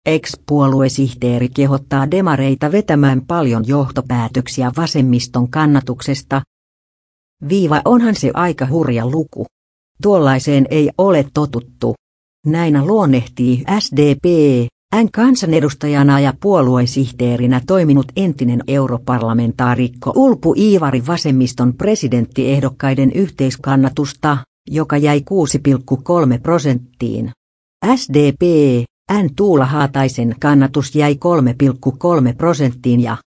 Ex-puoluesihteeri kehottaa demareita vetämään paljon johtopäätöksiä vasemmiston kannatuksesta. Onhan se aika hurja luku. Tuollaiseen ei ole totuttu. Näin luonnehtii SDP:n kansanedustajana ja puoluesihteerinä toiminut entinen europarlamentaarikko Ulpu-Iivari vasemmiston presidenttiehdokkaiden yhteiskannatusta, joka jäi 6,3%. SDP:n Tuula Haataisen kannatus jäi 3,3% ja